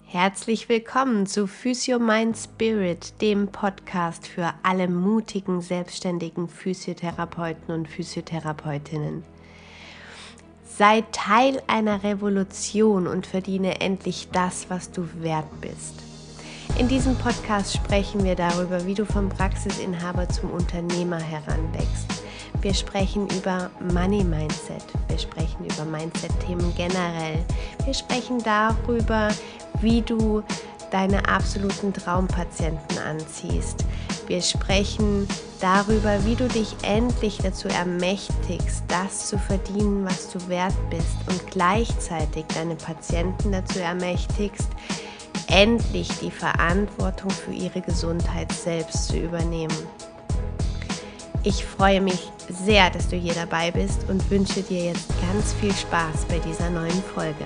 Herzlich willkommen zu Physio Mind Spirit, dem Podcast für alle mutigen, selbstständigen Physiotherapeuten und Physiotherapeutinnen. Sei Teil einer Revolution und verdiene endlich das, was du wert bist. In diesem Podcast sprechen wir darüber, wie du vom Praxisinhaber zum Unternehmer heranwächst. Wir sprechen über Money Mindset, wir sprechen über Mindset-Themen generell, wir sprechen darüber, wie du deine absoluten Traumpatienten anziehst. Wir sprechen darüber, wie du dich endlich dazu ermächtigst, das zu verdienen, was du wert bist und gleichzeitig deine Patienten dazu ermächtigst, endlich die Verantwortung für ihre Gesundheit selbst zu übernehmen. Ich freue mich sehr, dass du hier dabei bist und wünsche dir jetzt ganz viel Spaß bei dieser neuen Folge.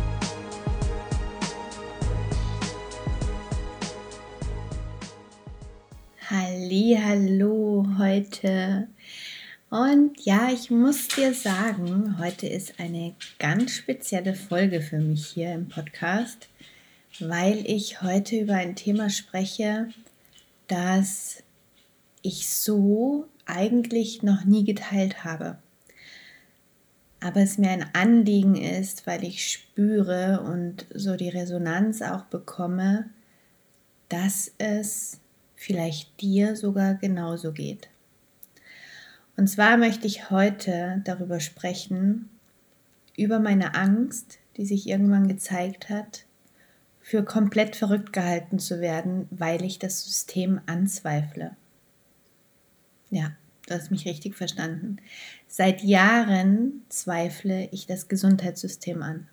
Hallihallo heute. Und ja, ich muss dir sagen, heute ist eine ganz spezielle Folge für mich hier im Podcast, weil ich heute über ein Thema spreche, das ich so eigentlich noch nie geteilt habe. Aber es mir ein Anliegen ist, weil ich spüre und so die Resonanz auch bekomme, dass es vielleicht dir sogar genauso geht. Und zwar möchte ich heute darüber sprechen, über meine Angst, die sich irgendwann gezeigt hat, für komplett verrückt gehalten zu werden, weil ich das System anzweifle. Ja, du hast mich richtig verstanden. Seit Jahren zweifle ich das Gesundheitssystem an.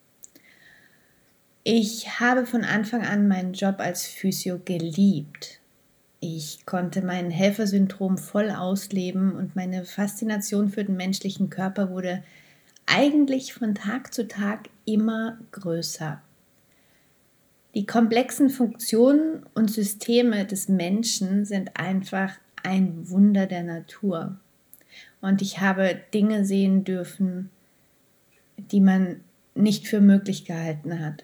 Ich habe von Anfang an meinen Job als Physio geliebt. Ich konnte mein Helfersyndrom voll ausleben und meine Faszination für den menschlichen Körper wurde eigentlich von Tag zu Tag immer größer. Die komplexen Funktionen und Systeme des Menschen sind einfach ein Wunder der Natur. Und ich habe Dinge sehen dürfen, die man nicht für möglich gehalten hat.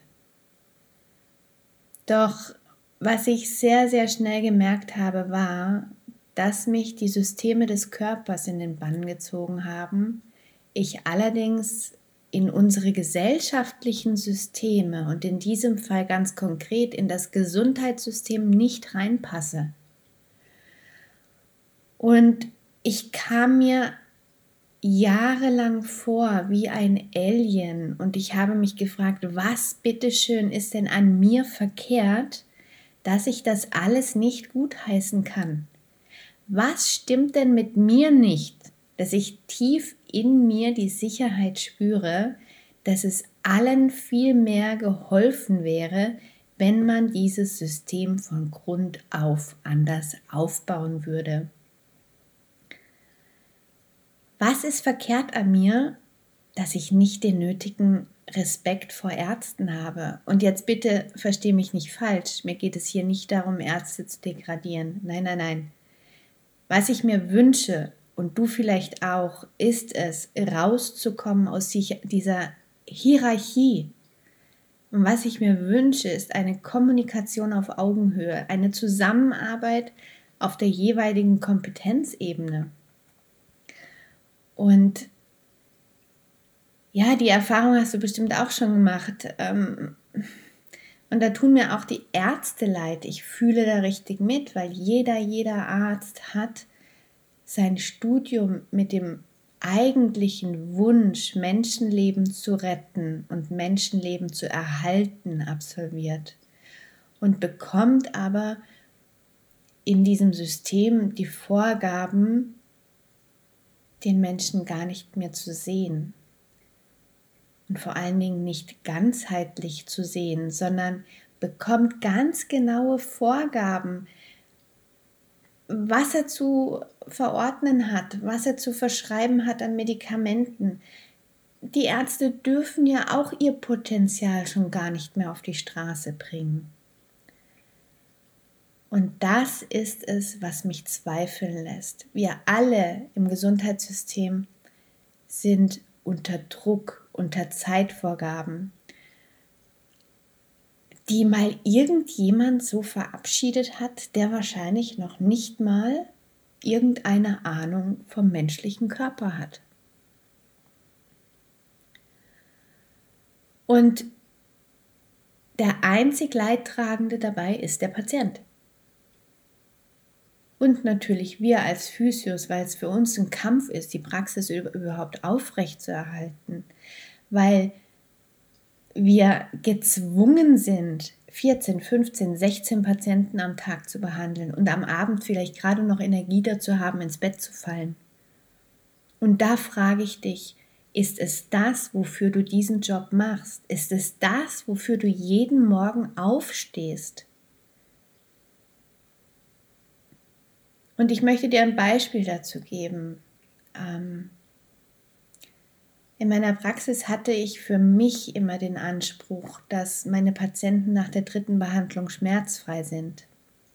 Doch was ich sehr, sehr schnell gemerkt habe, war, dass mich die Systeme des Körpers in den Bann gezogen haben, ich allerdings in unsere gesellschaftlichen Systeme und in diesem Fall ganz konkret in das Gesundheitssystem nicht reinpasse. Und ich kam mir jahrelang vor wie ein Alien und ich habe mich gefragt, was bitteschön ist denn an mir verkehrt, dass ich das alles nicht gutheißen kann? Was stimmt denn mit mir nicht, dass ich tief in mir die Sicherheit spüre, dass es allen viel mehr geholfen wäre, wenn man dieses System von Grund auf anders aufbauen würde? Was ist verkehrt an mir, dass ich nicht den nötigen Respekt vor Ärzten habe? Und jetzt bitte versteh mich nicht falsch, mir geht es hier nicht darum, Ärzte zu degradieren. Nein, nein, nein. Was ich mir wünsche, und du vielleicht auch, ist es, rauszukommen aus dieser Hierarchie. Und was ich mir wünsche, ist eine Kommunikation auf Augenhöhe, eine Zusammenarbeit auf der jeweiligen Kompetenzebene. Und ja, die Erfahrung hast du bestimmt auch schon gemacht. Und da tun mir auch die Ärzte leid. Ich fühle da richtig mit, weil jeder Arzt hat sein Studium mit dem eigentlichen Wunsch, Menschenleben zu retten und Menschenleben zu erhalten, absolviert und bekommt aber in diesem System die Vorgaben, den Menschen gar nicht mehr zu sehen und vor allen Dingen nicht ganzheitlich zu sehen, sondern bekommt ganz genaue Vorgaben, was er zu verordnen hat, was er zu verschreiben hat an Medikamenten. Die Ärzte dürfen ja auch ihr Potenzial schon gar nicht mehr auf die Straße bringen. Und das ist es, was mich zweifeln lässt. Wir alle im Gesundheitssystem sind unter Druck, unter Zeitvorgaben. die mal irgendjemand so verabschiedet hat, der wahrscheinlich noch nicht mal irgendeine Ahnung vom menschlichen Körper hat. Und der einzig Leidtragende dabei ist der Patient. Und natürlich wir als Physios, weil es für uns ein Kampf ist, die Praxis überhaupt aufrechtzuerhalten, weil wir gezwungen sind, 14, 15, 16 Patienten am Tag zu behandeln und am Abend vielleicht gerade noch Energie dazu haben, ins Bett zu fallen. Und da frage ich dich, ist es das, wofür du diesen Job machst? Ist es das, wofür du jeden Morgen aufstehst? Und ich möchte dir ein Beispiel dazu geben. In meiner Praxis hatte ich für mich immer den Anspruch, dass meine Patienten nach der 3. Behandlung schmerzfrei sind.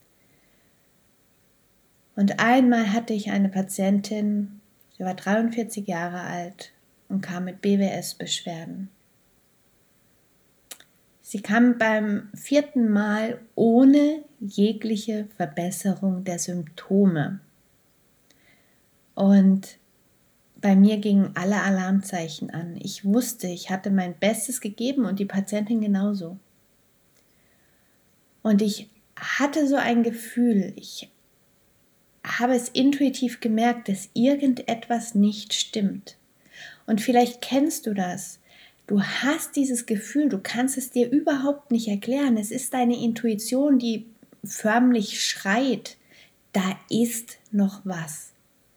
Und einmal hatte ich eine Patientin, sie war 43 Jahre alt und kam mit BWS-Beschwerden. Sie kam beim 4. Mal ohne jegliche Verbesserung der Symptome. Und bei mir gingen alle Alarmzeichen an. Ich wusste, ich hatte mein Bestes gegeben und die Patientin genauso. Und ich hatte so ein Gefühl, ich habe es intuitiv gemerkt, dass irgendetwas nicht stimmt. Und vielleicht kennst du das. Du hast dieses Gefühl, du kannst es dir überhaupt nicht erklären. Es ist deine Intuition, die förmlich schreit, da ist noch was.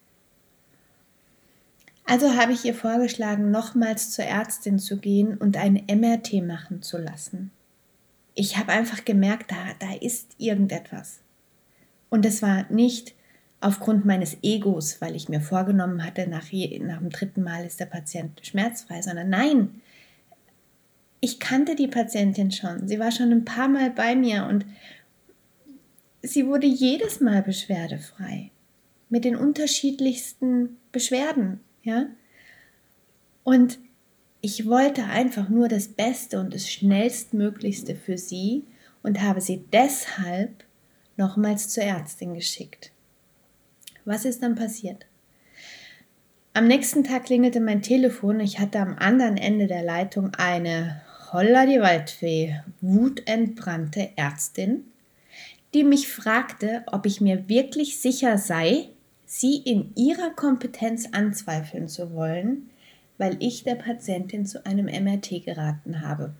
Also habe ich ihr vorgeschlagen, nochmals zur Ärztin zu gehen und ein MRT machen zu lassen. Ich habe einfach gemerkt, da ist irgendetwas. Und es war nicht aufgrund meines Egos, weil ich mir vorgenommen hatte, nach dem 3. Mal ist der Patient schmerzfrei, sondern nein, ich kannte die Patientin schon. Sie war schon ein paar Mal bei mir und sie wurde jedes Mal beschwerdefrei. Mit den unterschiedlichsten Beschwerden, ja. Und ich wollte einfach nur das Beste und das Schnellstmöglichste für sie und habe sie deshalb nochmals zur Ärztin geschickt. Was ist dann passiert? Am nächsten Tag klingelte mein Telefon. Ich hatte am anderen Ende der Leitung eine Holla die Waldfee, wutentbrannte Ärztin, die mich fragte, ob ich mir wirklich sicher sei, sie in ihrer Kompetenz anzweifeln zu wollen, weil ich der Patientin zu einem MRT geraten habe.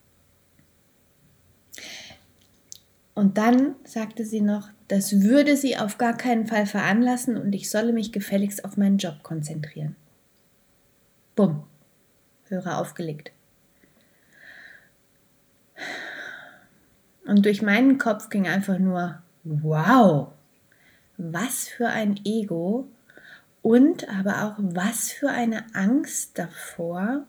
Und dann sagte sie noch, das würde sie auf gar keinen Fall veranlassen und ich solle mich gefälligst auf meinen Job konzentrieren. Bumm, Hörer aufgelegt. Und durch meinen Kopf ging einfach nur, wow, was für ein Ego und aber auch was für eine Angst davor.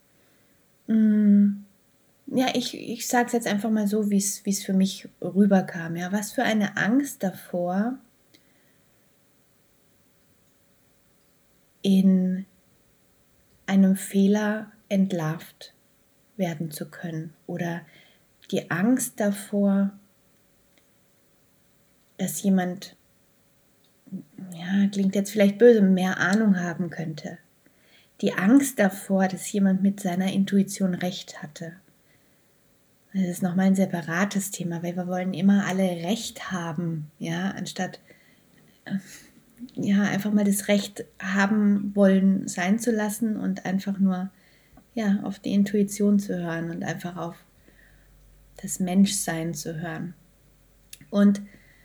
Ja, ich sage es jetzt einfach mal so, wie es für mich rüberkam. Ja, was für eine Angst davor, in einem Fehler entlarvt werden zu können oder die Angst davor, dass jemand, ja, klingt jetzt vielleicht böse, mehr Ahnung haben könnte. Die Angst davor, dass jemand mit seiner Intuition recht hatte. Das ist nochmal ein separates Thema, weil wir wollen immer alle Recht haben, ja, anstatt ja, einfach mal das Recht haben wollen sein zu lassen und einfach nur ja, auf die Intuition zu hören und einfach auf das Menschsein zu hören. Und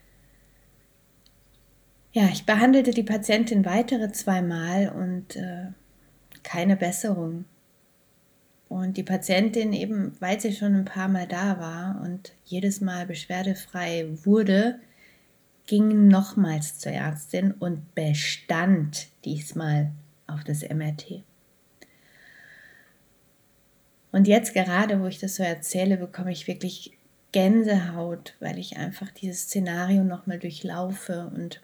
ja, ich behandelte die Patientin weitere 2 Mal und keine Besserung. Und die Patientin eben, weil sie schon ein paar Mal da war und jedes Mal beschwerdefrei wurde, ging nochmals zur Ärztin und bestand diesmal auf das MRT. Und jetzt gerade, wo ich das so erzähle, bekomme ich wirklich Gänsehaut, weil ich einfach dieses Szenario nochmal durchlaufe und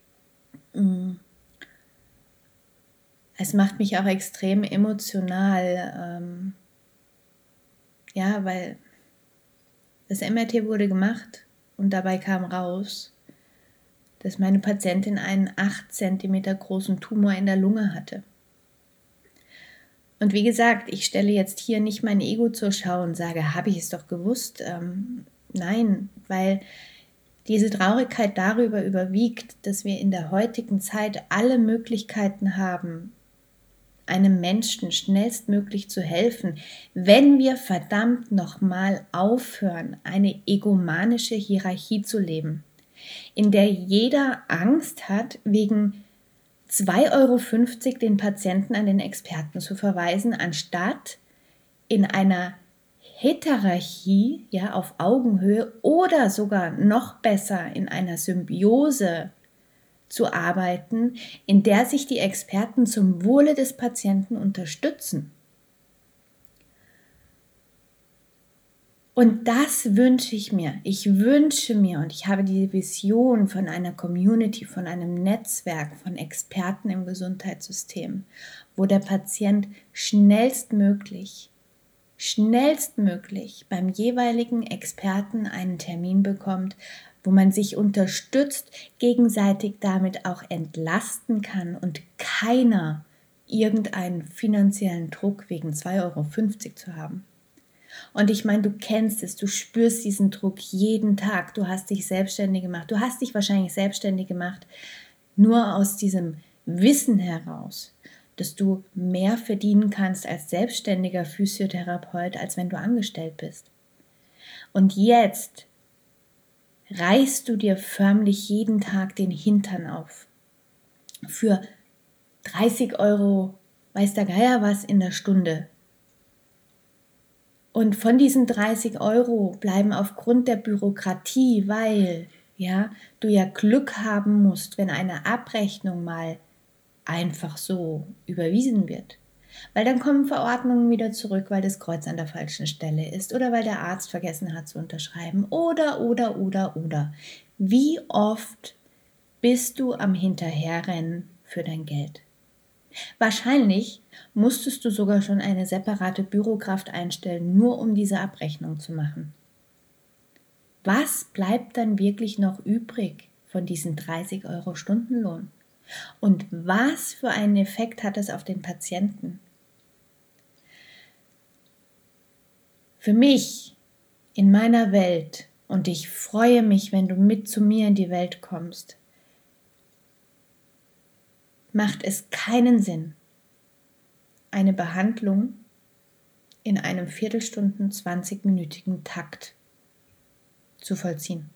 es macht mich auch extrem emotional, ja, weil Das MRT wurde gemacht und dabei kam raus, dass meine Patientin einen 8 cm großen Tumor in der Lunge hatte. Und wie gesagt, ich stelle jetzt hier nicht mein Ego zur Schau und sage, habe ich es doch gewusst? Nein, weil diese Traurigkeit darüber überwiegt, dass wir in der heutigen Zeit alle Möglichkeiten haben, einem Menschen schnellstmöglich zu helfen, wenn wir verdammt nochmal aufhören, eine egomanische Hierarchie zu leben, in der jeder Angst hat, wegen 2,50 € den Patienten an den Experten zu verweisen, anstatt in einer Heterarchie, ja, auf Augenhöhe oder sogar noch besser in einer Symbiose zu arbeiten, in der sich die Experten zum Wohle des Patienten unterstützen. Und das wünsche ich mir. Ich wünsche mir und ich habe die Vision von einer Community, von einem Netzwerk von Experten im Gesundheitssystem, wo der Patient schnellstmöglich beim jeweiligen Experten einen Termin bekommt, wo man sich unterstützt, gegenseitig damit auch entlasten kann und keiner irgendeinen finanziellen Druck wegen 2,50 € zu haben. Und ich meine, du kennst es, du spürst diesen Druck jeden Tag. Du hast dich selbstständig gemacht. Du hast dich wahrscheinlich selbstständig gemacht, nur aus diesem Wissen heraus, dass du mehr verdienen kannst als selbstständiger Physiotherapeut, als wenn du angestellt bist. Und jetzt reißt du dir förmlich jeden Tag den Hintern auf. Für 30 €, weiß der Geier was, in der Stunde. Und von diesen 30 € bleiben aufgrund der Bürokratie, weil du ja Glück haben musst, wenn eine Abrechnung mal einfach so überwiesen wird. Weil dann kommen Verordnungen wieder zurück, weil das Kreuz an der falschen Stelle ist oder weil der Arzt vergessen hat zu unterschreiben oder. Wie oft bist du am Hinterherrennen für dein Geld? Wahrscheinlich musstest du sogar schon eine separate Bürokraft einstellen, nur um diese Abrechnung zu machen. Was bleibt dann wirklich noch übrig von diesen 30 € Stundenlohn? Und was für einen Effekt hat es auf den Patienten? Für mich in meiner Welt, und ich freue mich, wenn du mit zu mir in die Welt kommst, macht es keinen Sinn, eine Behandlung in einem Viertelstunden, 20-minütigen Takt zu vollziehen.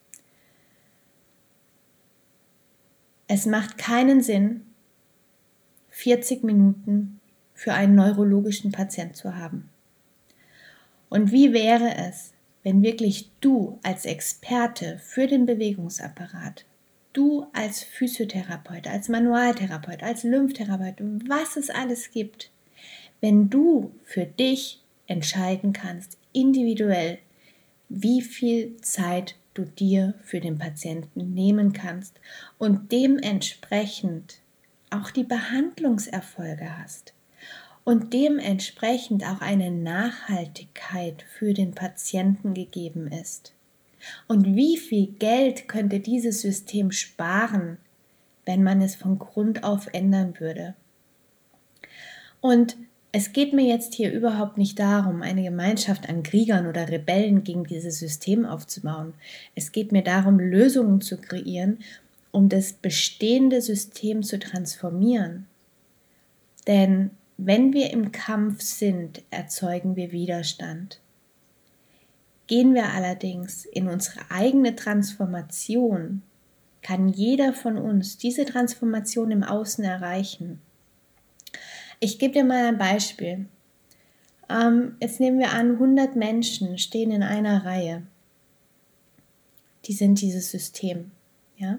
Es macht keinen Sinn, 40 Minuten für einen neurologischen Patient zu haben. Und wie wäre es, wenn wirklich du als Experte für den Bewegungsapparat, du als Physiotherapeut, als Manualtherapeut, als Lymphtherapeut, was es alles gibt, wenn du für dich entscheiden kannst, individuell, wie viel Zeit du dir für den Patienten nehmen kannst und dementsprechend auch die Behandlungserfolge hast und dementsprechend auch eine Nachhaltigkeit für den Patienten gegeben ist. Und wie viel Geld könnte dieses System sparen, wenn man es von Grund auf ändern würde? Und es geht mir jetzt hier überhaupt nicht darum, eine Gemeinschaft an Kriegern oder Rebellen gegen dieses System aufzubauen. Es geht mir darum, Lösungen zu kreieren, um das bestehende System zu transformieren. Denn wenn wir im Kampf sind, erzeugen wir Widerstand. Gehen wir allerdings in unsere eigene Transformation, kann jeder von uns diese Transformation im Außen erreichen. Ich gebe dir mal ein Beispiel. Jetzt nehmen wir an, 100 Menschen stehen in einer Reihe. Die sind dieses System. Ja?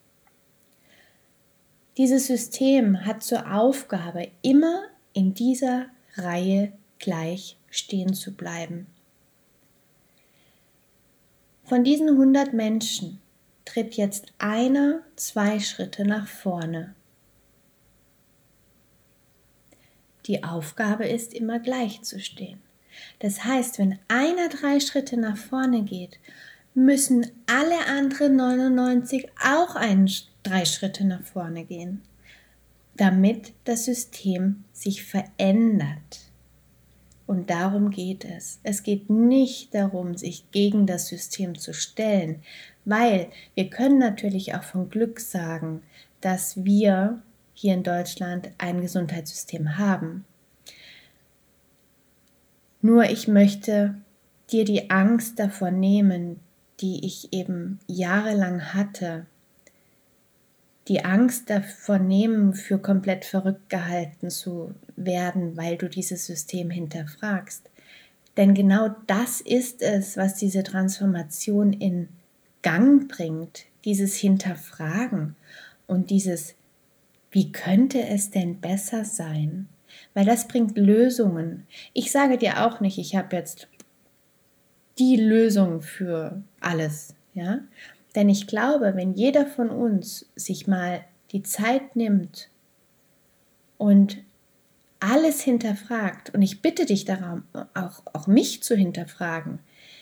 Dieses System hat zur Aufgabe, immer in dieser Reihe gleich stehen zu bleiben. Von diesen 100 Menschen tritt jetzt einer 2 Schritte nach vorne. Die Aufgabe ist, immer gleich zu stehen. Das heißt, wenn einer 3 Schritte nach vorne geht, müssen alle anderen 99 auch 3 Schritte nach vorne gehen, damit das System sich verändert. Und darum geht es. Es geht nicht darum, sich gegen das System zu stellen, weil wir können natürlich auch von Glück sagen, dass wir hier in Deutschland ein Gesundheitssystem haben. Nur ich möchte dir die Angst davor nehmen, die ich eben jahrelang hatte, die Angst davor nehmen, für komplett verrückt gehalten zu werden, weil du dieses System hinterfragst. Denn genau das ist es, was diese Transformation in Gang bringt, dieses Hinterfragen und dieses, wie könnte es denn besser sein? Weil das bringt Lösungen. Ich sage dir auch nicht, ich habe jetzt die Lösung für alles, ja? Denn ich glaube, wenn jeder von uns sich mal die Zeit nimmt und alles hinterfragt, und ich bitte dich darum, auch mich zu hinterfragen,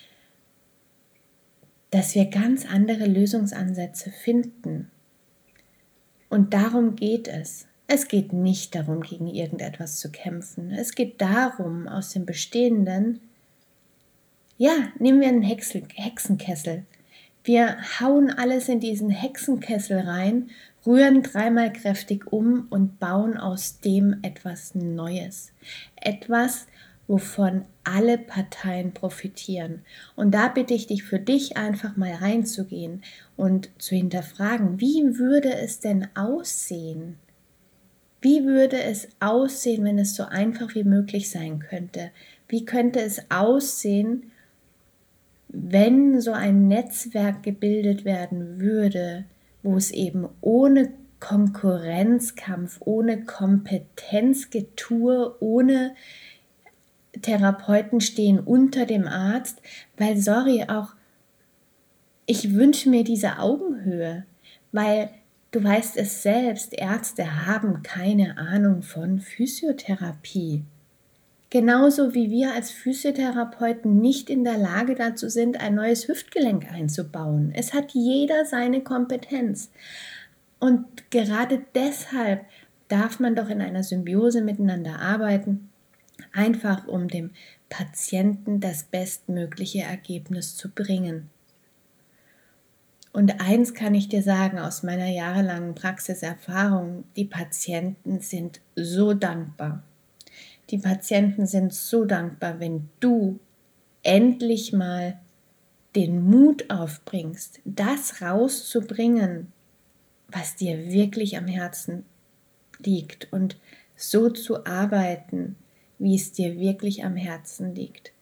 dass wir ganz andere Lösungsansätze finden. Und darum geht es. Es geht nicht darum, gegen irgendetwas zu kämpfen. Es geht darum, aus dem Bestehenden, ja, nehmen wir einen Hexenkessel. Wir hauen alles in diesen Hexenkessel rein, rühren 3-mal kräftig um und bauen aus dem etwas Neues. Etwas, wovon alle Parteien profitieren. Und da bitte ich dich, für dich einfach mal reinzugehen und zu hinterfragen, wie würde es denn aussehen? Wie würde es aussehen, wenn es so einfach wie möglich sein könnte? Wie könnte es aussehen, wenn so ein Netzwerk gebildet werden würde, wo es eben ohne Konkurrenzkampf, ohne Kompetenzgetue, ohne Therapeuten stehen unter dem Arzt, weil, sorry, auch ich wünsche mir diese Augenhöhe, weil du weißt es selbst, Ärzte haben keine Ahnung von Physiotherapie. Genauso wie wir als Physiotherapeuten nicht in der Lage dazu sind, ein neues Hüftgelenk einzubauen. Es hat jeder seine Kompetenz. Und gerade deshalb darf man doch in einer Symbiose miteinander arbeiten, einfach um dem Patienten das bestmögliche Ergebnis zu bringen. Und eins kann ich dir sagen aus meiner jahrelangen Praxiserfahrung, die Patienten sind so dankbar. Die Patienten sind so dankbar, wenn du endlich mal den Mut aufbringst, das rauszubringen, was dir wirklich am Herzen liegt und so zu arbeiten, wie es dir wirklich am Herzen liegt.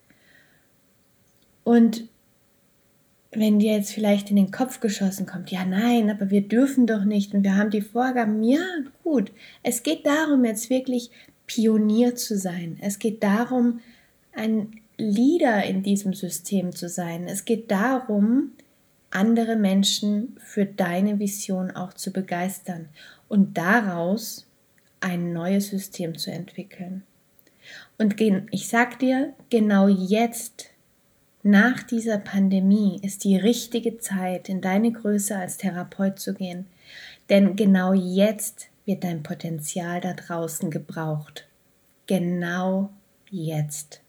Und wenn dir jetzt vielleicht in den Kopf geschossen kommt, ja nein, aber wir dürfen doch nicht und wir haben die Vorgaben, ja gut, es geht darum, jetzt wirklich Pionier zu sein. Es geht darum, ein Leader in diesem System zu sein. Es geht darum, andere Menschen für deine Vision auch zu begeistern und daraus ein neues System zu entwickeln. Und ich sag dir, genau jetzt, nach dieser Pandemie, ist die richtige Zeit, in deine Größe als Therapeut zu gehen. Denn genau jetzt wird dein Potenzial da draußen gebraucht. Genau jetzt.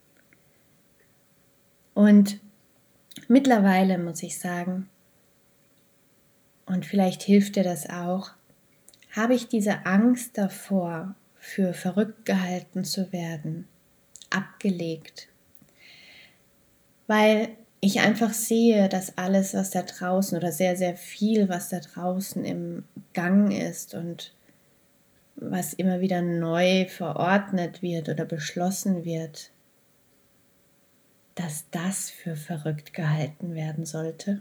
Und mittlerweile muss ich sagen, und vielleicht hilft dir das auch, habe ich diese Angst davor, für verrückt gehalten zu werden, abgelegt. Weil ich einfach sehe, dass alles, was da draußen oder sehr, sehr viel, was da draußen im Gang ist und was immer wieder neu verordnet wird oder beschlossen wird, dass das für verrückt gehalten werden sollte.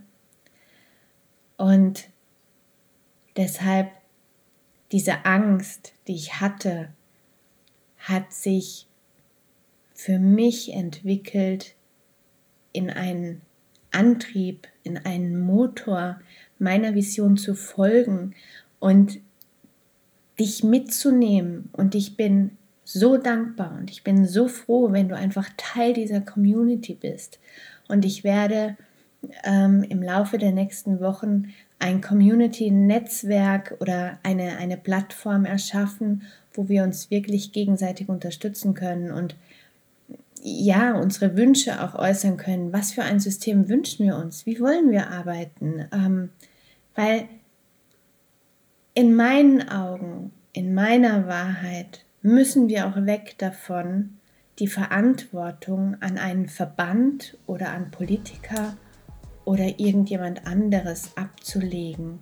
Und deshalb diese Angst, die ich hatte, hat sich für mich entwickelt in einen Antrieb, in einen Motor, meiner Vision zu folgen und dich mitzunehmen. Und ich bin so dankbar und ich bin so froh, wenn du einfach Teil dieser Community bist. Und ich werde im Laufe der nächsten Wochen ein Community-Netzwerk oder eine Plattform erschaffen, wo wir uns wirklich gegenseitig unterstützen können und ja, unsere Wünsche auch äußern können. Was für ein System wünschen wir uns? Wie wollen wir arbeiten? Weil in meinen Augen, in meiner Wahrheit, müssen wir auch weg davon, die Verantwortung an einen Verband oder an Politiker oder irgendjemand anderes abzugeben,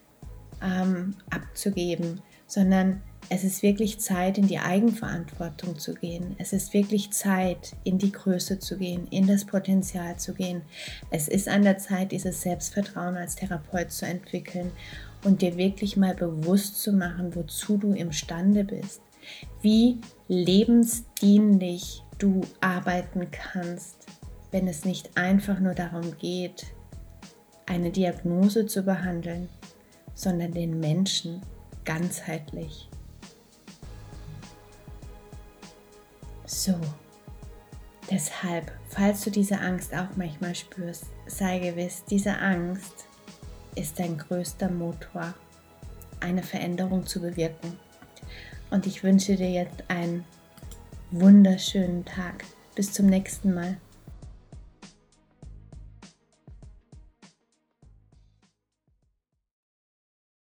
sondern es ist wirklich Zeit, in die Eigenverantwortung zu gehen. Es ist wirklich Zeit, in die Größe zu gehen, in das Potenzial zu gehen. Es ist an der Zeit, dieses Selbstvertrauen als Therapeut zu entwickeln und dir wirklich mal bewusst zu machen, wozu du imstande bist, wie lebensdienlich du arbeiten kannst, wenn es nicht einfach nur darum geht, eine Diagnose zu behandeln, sondern den Menschen ganzheitlich. So, deshalb, falls du diese Angst auch manchmal spürst, sei gewiss, diese Angst ist dein größter Motor, eine Veränderung zu bewirken. Und ich wünsche dir jetzt einen wunderschönen Tag. Bis zum nächsten Mal.